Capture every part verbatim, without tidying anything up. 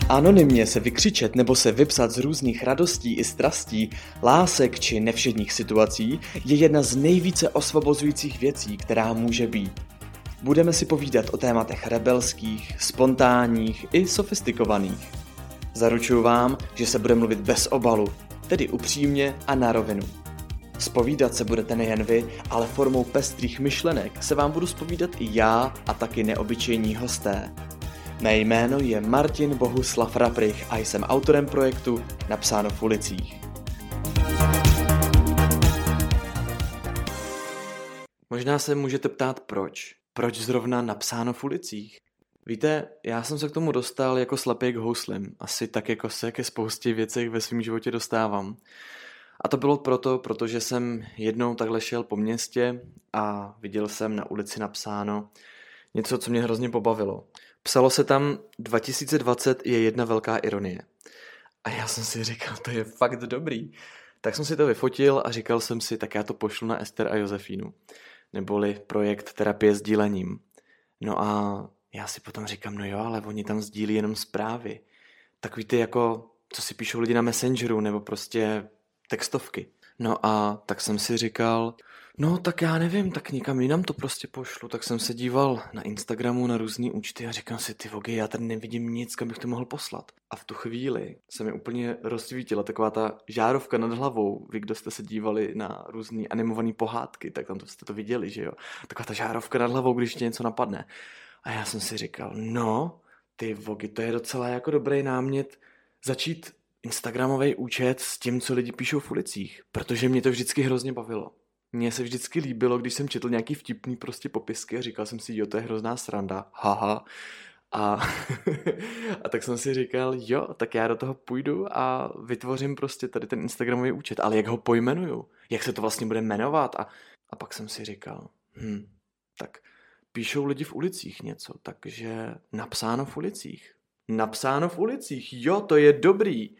Anonymně se vykřičet nebo se vypsat z různých radostí i strastí, lásek či nevšedních situací je jedna z nejvíce osvobozujících věcí, která může být. Budeme si povídat o tématech rebelských, spontánních i sofistikovaných. Zaručuju vám, že se bude mluvit bez obalu, tedy upřímně a na rovinu. Zpovídat se budete nejen vy, ale formou pestrých myšlenek se vám budu zpovídat i já a taky neobyčejní hosté. Mé jméno je Martin Bohuslav Raprych a jsem autorem projektu Napsáno v ulicích. Možná se můžete ptát proč. Proč zrovna Napsáno v ulicích? Víte, já jsem se k tomu dostal jako slepý k houslim. Asi tak, jako se ke spoustě věcech ve svém životě dostávám. A to bylo proto, protože jsem jednou takhle šel po městě a viděl jsem na ulici napsáno něco, co mě hrozně pobavilo. Psalo se tam dva tisíce dvacet je jedna velká ironie. A já jsem si říkal, to je fakt dobrý. Tak jsem si to vyfotil a říkal jsem si, tak já to pošlu na Ester a Josefínu. Neboli projekt terapie sdílením. No a já si potom říkám, no jo, ale oni tam sdílí jenom zprávy. Takový ty jako, co si píšou lidi na Messengeru, nebo prostě textovky. No a tak jsem si říkal, no tak já nevím, tak nikam jinam to prostě pošlu. Tak jsem se díval na Instagramu na různý účty a říkám si, ty vogy, já tady nevidím nic, kam bych to mohl poslat. A v tu chvíli se mi úplně rozsvítila taková ta žárovka nad hlavou. Vy, kdo jste se dívali na různý animovaný pohádky, tak tam to jste to viděli, že jo. Taková ta žárovka nad hlavou, když tě něco napadne. A já jsem si říkal, no, ty vogy, to je docela jako dobrý námět začít Instagramový účet s tím, co lidi píšou v ulicích, protože mě to vždycky hrozně bavilo. Mně se vždycky líbilo, když jsem četl nějaký vtipný prostě popisky a říkal jsem si, jo, to je hrozná sranda, haha. A, a tak jsem si říkal, jo, tak já do toho půjdu a vytvořím prostě tady ten Instagramový účet, ale jak ho pojmenuju? Jak se to vlastně bude jmenovat? A, a pak jsem si říkal, hm, tak píšou lidi v ulicích něco, takže napsáno v ulicích. Napsáno v ulicích, jo, to je dobrý.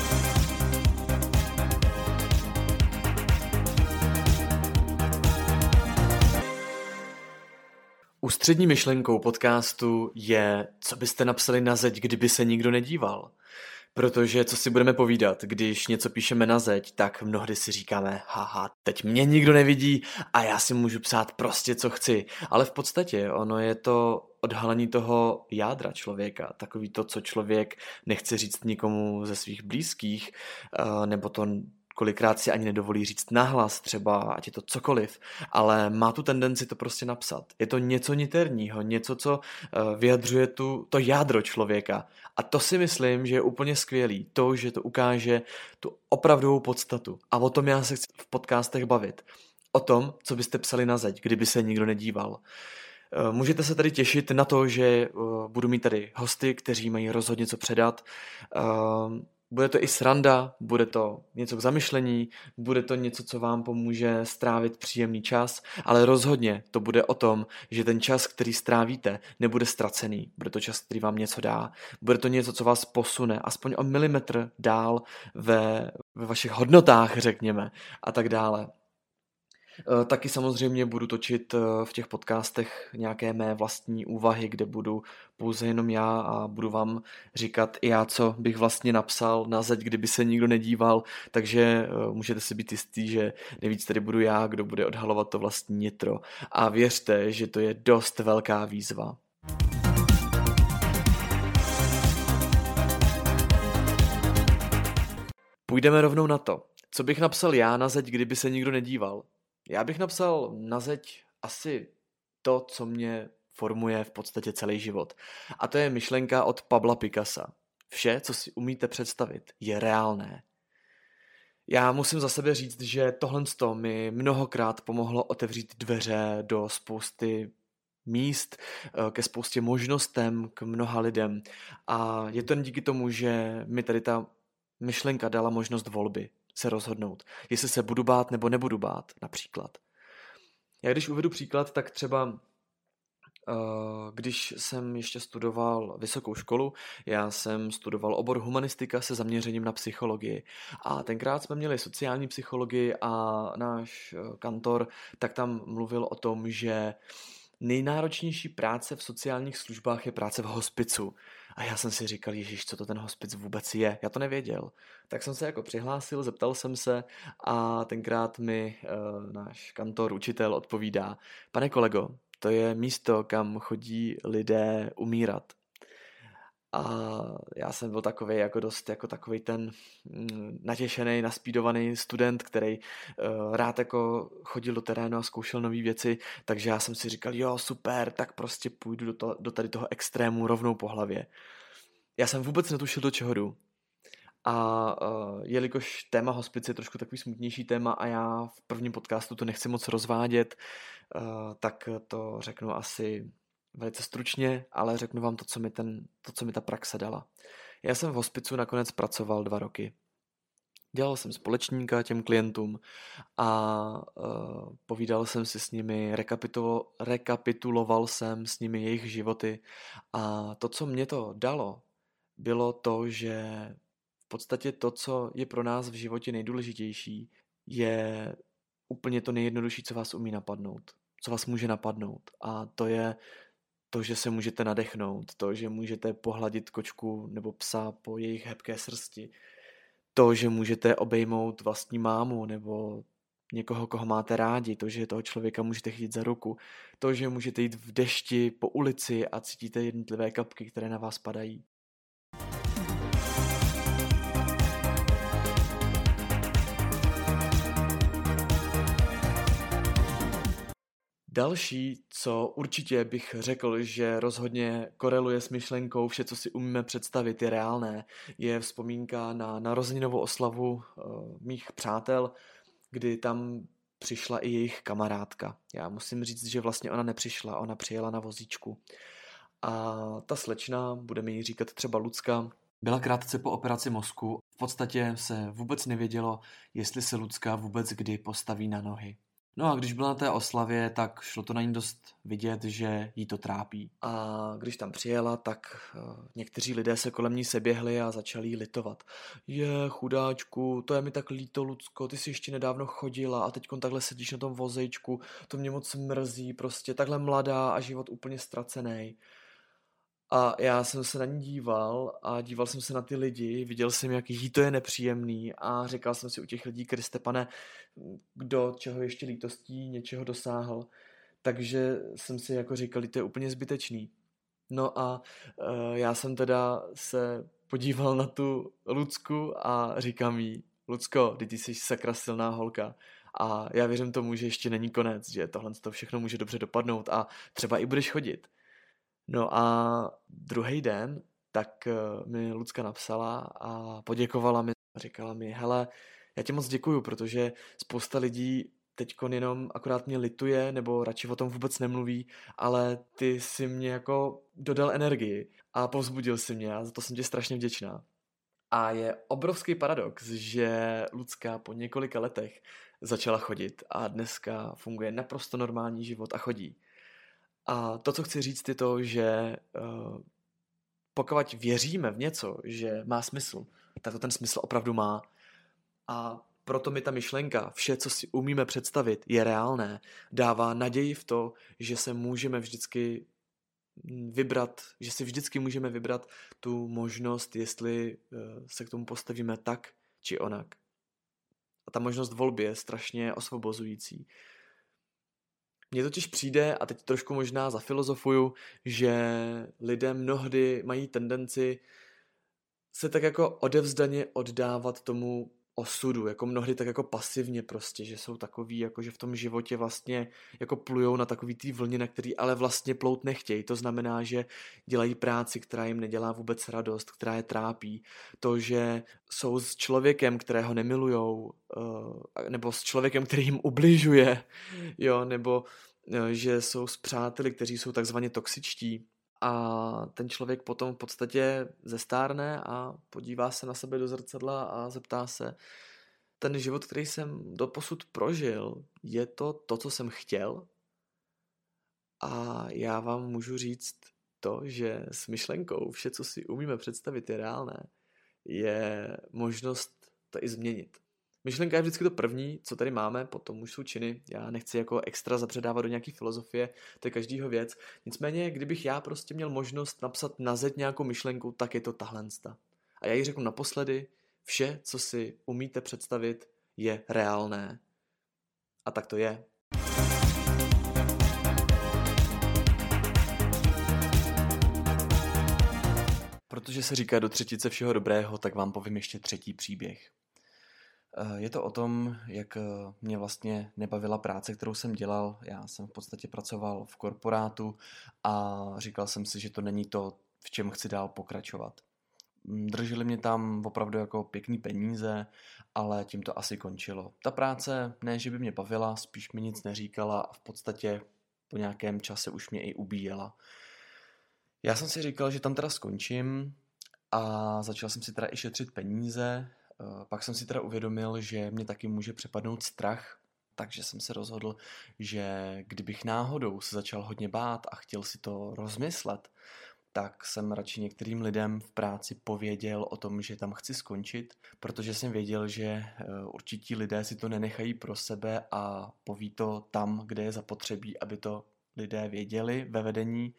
Ústřední myšlenkou podcastu je, co byste napsali na zeď, kdyby se nikdo nedíval. Protože co si budeme povídat, když něco píšeme na zeď, tak mnohdy si říkáme, haha, teď mě nikdo nevidí a já si můžu psát prostě, co chci. Ale v podstatě ono je to odhalení toho jádra člověka, takový to, co člověk nechce říct nikomu ze svých blízkých, nebo to kolikrát si ani nedovolí říct nahlas, třeba ať je to cokoliv, ale má tu tendenci to prostě napsat. Je to něco niterního, něco, co vyjadřuje tu, to jádro člověka. A to si myslím, že je úplně skvělý. To, že to ukáže tu opravdovou podstatu. A o tom já se chci v podcastech bavit. O tom, co byste psali na zeď, kdyby se nikdo nedíval. Můžete se tady těšit na to, že budu mít tady hosty, kteří mají rozhodně co předat. Bude to i sranda, bude to něco k zamyšlení, bude to něco, co vám pomůže strávit příjemný čas, ale rozhodně to bude o tom, že ten čas, který strávíte, nebude ztracený. Bude to čas, který vám něco dá. Bude to něco, co vás posune aspoň o milimetr dál ve, ve vašich hodnotách, řekněme, a tak dále. Taky samozřejmě budu točit v těch podcastech nějaké mé vlastní úvahy, kde budu pouze jenom já a budu vám říkat i já, co bych vlastně napsal na zeď, kdyby se nikdo nedíval, takže můžete si být jistý, že nejvíc tady budu já, kdo bude odhalovat to vlastní nitro. A věřte, že to je dost velká výzva. Půjdeme rovnou na to. Co bych napsal já na zeď, kdyby se nikdo nedíval? Já bych napsal na zeď asi to, co mě formuje v podstatě celý život. A to je myšlenka od Pabla Picassa. Vše, co si umíte představit, je reálné. Já musím za sebe říct, že tohle mi mnohokrát pomohlo otevřít dveře do spousty míst, ke spoustě možnostem, k mnoha lidem. A je to jen díky tomu, že mi tady ta myšlenka dala možnost volby. Se rozhodnout, jestli se budu bát nebo nebudu bát, například. Já když uvedu příklad, tak třeba když jsem ještě studoval vysokou školu, já jsem studoval obor humanistika se zaměřením na psychologii. A tenkrát jsme měli sociální psychologii a náš kantor tak tam mluvil o tom, že nejnáročnější práce v sociálních službách je práce v hospicu. A já jsem si říkal, ježiš, co to ten hospic vůbec je, já to nevěděl. Tak jsem se jako přihlásil, zeptal jsem se a tenkrát mi uh, náš kantor, učitel odpovídá, pane kolego, to je místo, kam chodí lidé umírat. A já jsem byl takovej jako dost jako takovej ten mm, natěšený, naspídovaný student, který uh, rád jako chodil do terénu a zkoušel nové věci, takže já jsem si říkal, jo, super, tak prostě půjdu do, to, do tady toho extrému rovnou po hlavě. Já jsem vůbec netušil, do čeho jdu. A uh, jelikož téma hospice je trošku takový smutnější téma a já v prvním podcastu to nechci moc rozvádět, uh, tak to řeknu asi velice stručně, ale řeknu vám to, co mi, ten, to, co mi ta praxe dala. Já jsem v hospicu nakonec pracoval dva roky. Dělal jsem společníka těm klientům a uh, povídal jsem si s nimi, rekapitulo, rekapituloval jsem s nimi jejich životy a to, co mě to dalo, bylo to, že v podstatě to, co je pro nás v životě nejdůležitější, je úplně to nejjednodušší, co vás umí napadnout, co vás může napadnout. A to je to, že se můžete nadechnout, to, že můžete pohladit kočku nebo psa po jejich hebké srsti, to, že můžete obejmout vlastní mámu nebo někoho, koho máte rádi, to, že toho člověka můžete chytit za ruku, to, že můžete jít v dešti po ulici a cítíte jednotlivé kapky, které na vás padají. Další, co určitě bych řekl, že rozhodně koreluje s myšlenkou vše, co si umíme představit, je reálné, je vzpomínka na narozeninovou oslavu uh, mých přátel, kdy tam přišla i jejich kamarádka. Já musím říct, že vlastně ona nepřišla, ona přijela na vozíčku. A ta slečna, budeme jí říkat třeba Lucka, byla krátce po operaci mozku. V podstatě se vůbec nevědělo, jestli se Lucka vůbec kdy postaví na nohy. No a když byla na té oslavě, tak šlo to na ní dost vidět, že jí to trápí. A když tam přijela, tak někteří lidé se kolem ní seběhli a začali jí litovat. Je, chudáčku, to je mi tak líto, Lucko, ty jsi ještě nedávno chodila a teďkon takhle sedíš na tom vozejčku, to mě moc mrzí, prostě takhle mladá a život úplně ztracený. A já jsem se na ní díval a díval jsem se na ty lidi, viděl jsem, jak jí to je nepříjemný a říkal jsem si u těch lidí, Kriste pane, kdo čeho ještě lítostí něčeho dosáhl. Takže jsem si jako říkal, to je úplně zbytečný. No a uh, já jsem teda se podíval na tu Lucku a říkám jí, Lucko, ty jsi sakra silná holka. A já věřím tomu, že ještě není konec, že tohle to všechno může dobře dopadnout a třeba i budeš chodit. No a druhý den, tak mi Lucka napsala a poděkovala mi. Říkala mi, hele, já ti moc děkuju, protože spousta lidí teďkon jenom akorát mě lituje, nebo radši o tom vůbec nemluví, ale ty si mě jako dodal energii a povzbudil si mě a za to jsem ti strašně vděčná. A je obrovský paradox, že Lucka po několika letech začala chodit a dneska funguje naprosto normální život a chodí. A to, co chci říct, je to, že uh, pokud věříme v něco, že má smysl, tak to ten smysl opravdu má. A proto mi ta myšlenka, vše, co si umíme představit, je reálné, dává naději v to, že se můžeme vždycky vybrat, že si vždycky můžeme vybrat tu možnost, jestli uh, se k tomu postavíme tak, či onak. A ta možnost volby je strašně osvobozující. Mně totiž přijde, a teď trošku možná zafilozofuju, že lidé mnohdy mají tendenci se tak jako odevzdaně oddávat tomu osudu, jako mnohdy tak jako pasivně prostě, že jsou takový, jako že v tom životě vlastně jako plujou na takový tý vlně, na který ale vlastně plout nechtějí. To znamená, že dělají práci, která jim nedělá vůbec radost, která je trápí. To, že jsou s člověkem, kterého nemilujou, nebo s člověkem, který jim ubližuje, jo, nebo že jsou s přáteli, kteří jsou takzvaně toxičtí. A ten člověk potom v podstatě zestárne a podívá se na sebe do zrcadla a zeptá se, ten život, který jsem doposud prožil, je to to, co jsem chtěl? A já vám můžu říct to, že s myšlenkou vše, co si umíme představit, je reálné, je možnost to i změnit. Myšlenka je vždycky to první, co tady máme, potom už jsou činy. Já nechci jako extra zapředávat do nějaký filozofie, to je každýho věc. Nicméně, kdybych já prostě měl možnost napsat na zeď nějakou myšlenku, tak je to tahle. A já ji řeknu naposledy, vše, co si umíte představit, je reálné. A tak to je. Protože se říká do třetice všeho dobrého, tak vám povím ještě třetí příběh. Je to o tom, jak mě vlastně nebavila práce, kterou jsem dělal. Já jsem v podstatě pracoval v korporátu a říkal jsem si, že to není to, v čem chci dál pokračovat. Drželi mě tam opravdu jako pěkný peníze, ale tím to asi končilo. Ta práce ne, že by mě bavila, spíš mi nic neříkala a v podstatě po nějakém čase už mě i ubíjela. Já jsem si říkal, že tam teda skončím a začal jsem si teda i šetřit peníze. Pak jsem si teda uvědomil, že mě taky může přepadnout strach, takže jsem se rozhodl, že kdybych náhodou se začal hodně bát a chtěl si to rozmyslet, tak jsem radši některým lidem v práci pověděl o tom, že tam chci skončit, protože jsem věděl, že určití lidé si to nenechají pro sebe a poví to tam, kde je zapotřebí, aby to lidé věděli ve vedení.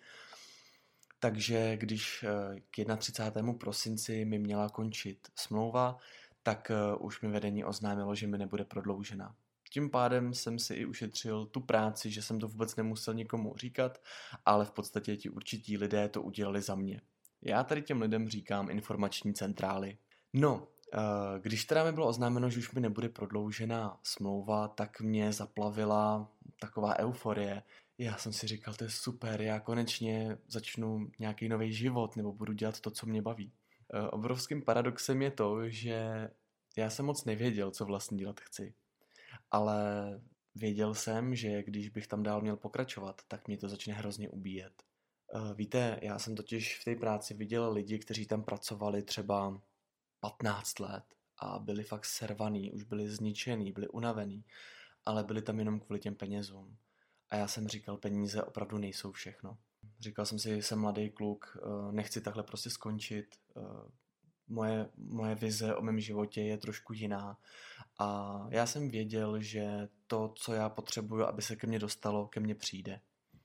Takže když k třicátému prvnímu prosinci mi měla končit smlouva, tak už mi vedení oznámilo, že mi nebude prodloužena. Tím pádem jsem si i ušetřil tu práci, že jsem to vůbec nemusel nikomu říkat, ale v podstatě ti určití lidé to udělali za mě. Já tady těm lidem říkám informační centrály. No, když teda mi bylo oznámeno, že už mi nebude prodloužena smlouva, tak mě zaplavila taková euforie. Já jsem si říkal, to je super, já konečně začnu nějaký nový život nebo budu dělat to, co mě baví. Obrovským paradoxem je to, že já jsem moc nevěděl, co vlastně dělat chci. Ale věděl jsem, že když bych tam dál měl pokračovat, tak mě to začne hrozně ubíjet. Víte, já jsem totiž v té práci viděl lidi, kteří tam pracovali třeba patnáct let a byli fakt servaný, už byli zničený, byli unavený, ale byli tam jenom kvůli těm penězům. A já jsem říkal, peníze opravdu nejsou všechno. Říkal jsem si, jsem mladý kluk, nechci takhle prostě skončit. Moje, moje vize o mém životě je trošku jiná. A já jsem věděl, že to, co já potřebuju, aby se ke mně dostalo, ke mně přijde.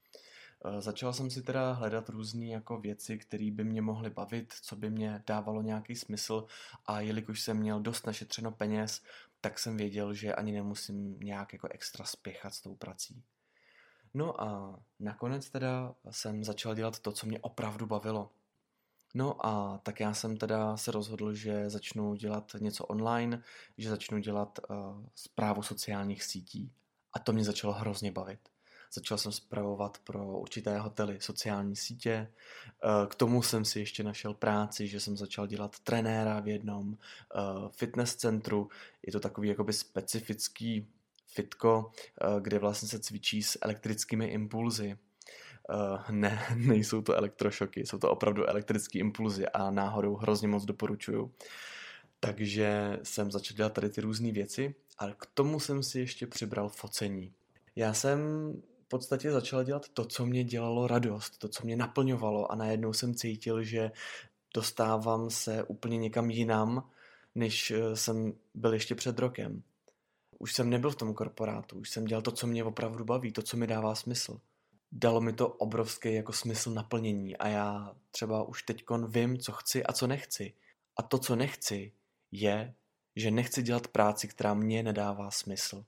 Začal jsem si teda hledat různé jako věci, které by mě mohly bavit, co by mě dávalo nějaký smysl a jelikož jsem měl dost našetřeno peněz, tak jsem věděl, že ani nemusím nějak jako extra spěchat s tou prací. No a nakonec teda jsem začal dělat to, co mě opravdu bavilo. No a tak já jsem teda se rozhodl, že začnu dělat něco online, že začnu dělat uh, správu sociálních sítí. A to mě začalo hrozně bavit. Začal jsem spravovat pro určité hotely sociální sítě. Uh, k tomu jsem si ještě našel práci, že jsem začal dělat trenéra v jednom uh, fitness centru. Je to takový jakoby specifický fitko, kde vlastně se cvičí s elektrickými impulzy. Ne, nejsou to elektrošoky, jsou to opravdu elektrické impulzy a náhodou hrozně moc doporučuju. Takže jsem začal dělat tady ty různé věci a k tomu jsem si ještě přibral focení. Já jsem v podstatě začal dělat to, co mě dělalo radost, to, co mě naplňovalo a najednou jsem cítil, že dostávám se úplně někam jinam, než jsem byl ještě před rokem. Už jsem nebyl v tom korporátu, už jsem dělal to, co mě opravdu baví, to, co mi dává smysl. Dalo mi to obrovský jako smysl naplnění a já třeba už teďkon vím, co chci a co nechci. A to, co nechci, je, že nechci dělat práci, která mě nedává smysl.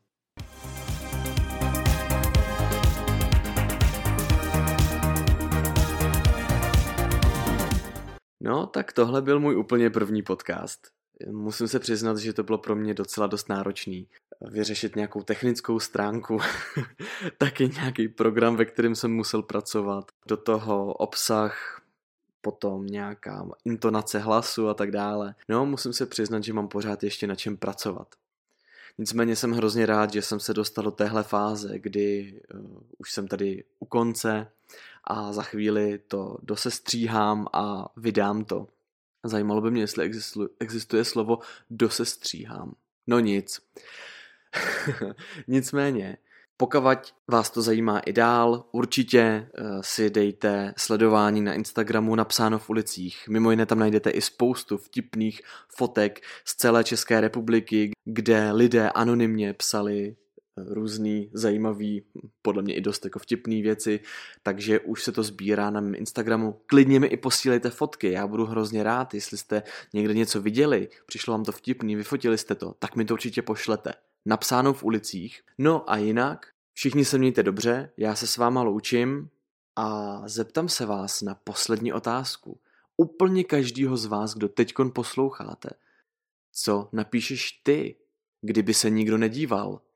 No, tak tohle byl můj úplně první podcast. Musím se přiznat, že to bylo pro mě docela dost náročný. Vyřešit nějakou technickou stránku, taky nějaký program, ve kterém jsem musel pracovat. Do toho obsah, potom nějaká intonace hlasu a tak dále. No, musím se přiznat, že mám pořád ještě na čem pracovat. Nicméně jsem hrozně rád, že jsem se dostal do téhle fáze, kdy uh, už jsem tady u konce a za chvíli to dosestříhám a vydám to. Zajímalo by mě, jestli existuje slovo dosestříhám. No nic. Nicméně, Pokud vás to zajímá i dál, určitě si dejte sledování na Instagramu Napsáno v ulicích. Mimo jiné tam najdete i spoustu vtipných fotek z celé České republiky, kde lidé anonymně psali různý zajímavý, podle mě i dost jako vtipný věci, takže už se to sbírá na mém Instagramu. Klidně mi i posílejte fotky, já budu hrozně rád, jestli jste někde něco viděli, přišlo vám to vtipný, vyfotili jste to, tak mi to určitě pošlete. Napsáno v ulicích. No a jinak, všichni se mějte dobře, já se s váma loučím a zeptám se vás na poslední otázku. Úplně každýho z vás, kdo teďkon posloucháte. Co napíšeš ty, kdyby se nikdo nedíval?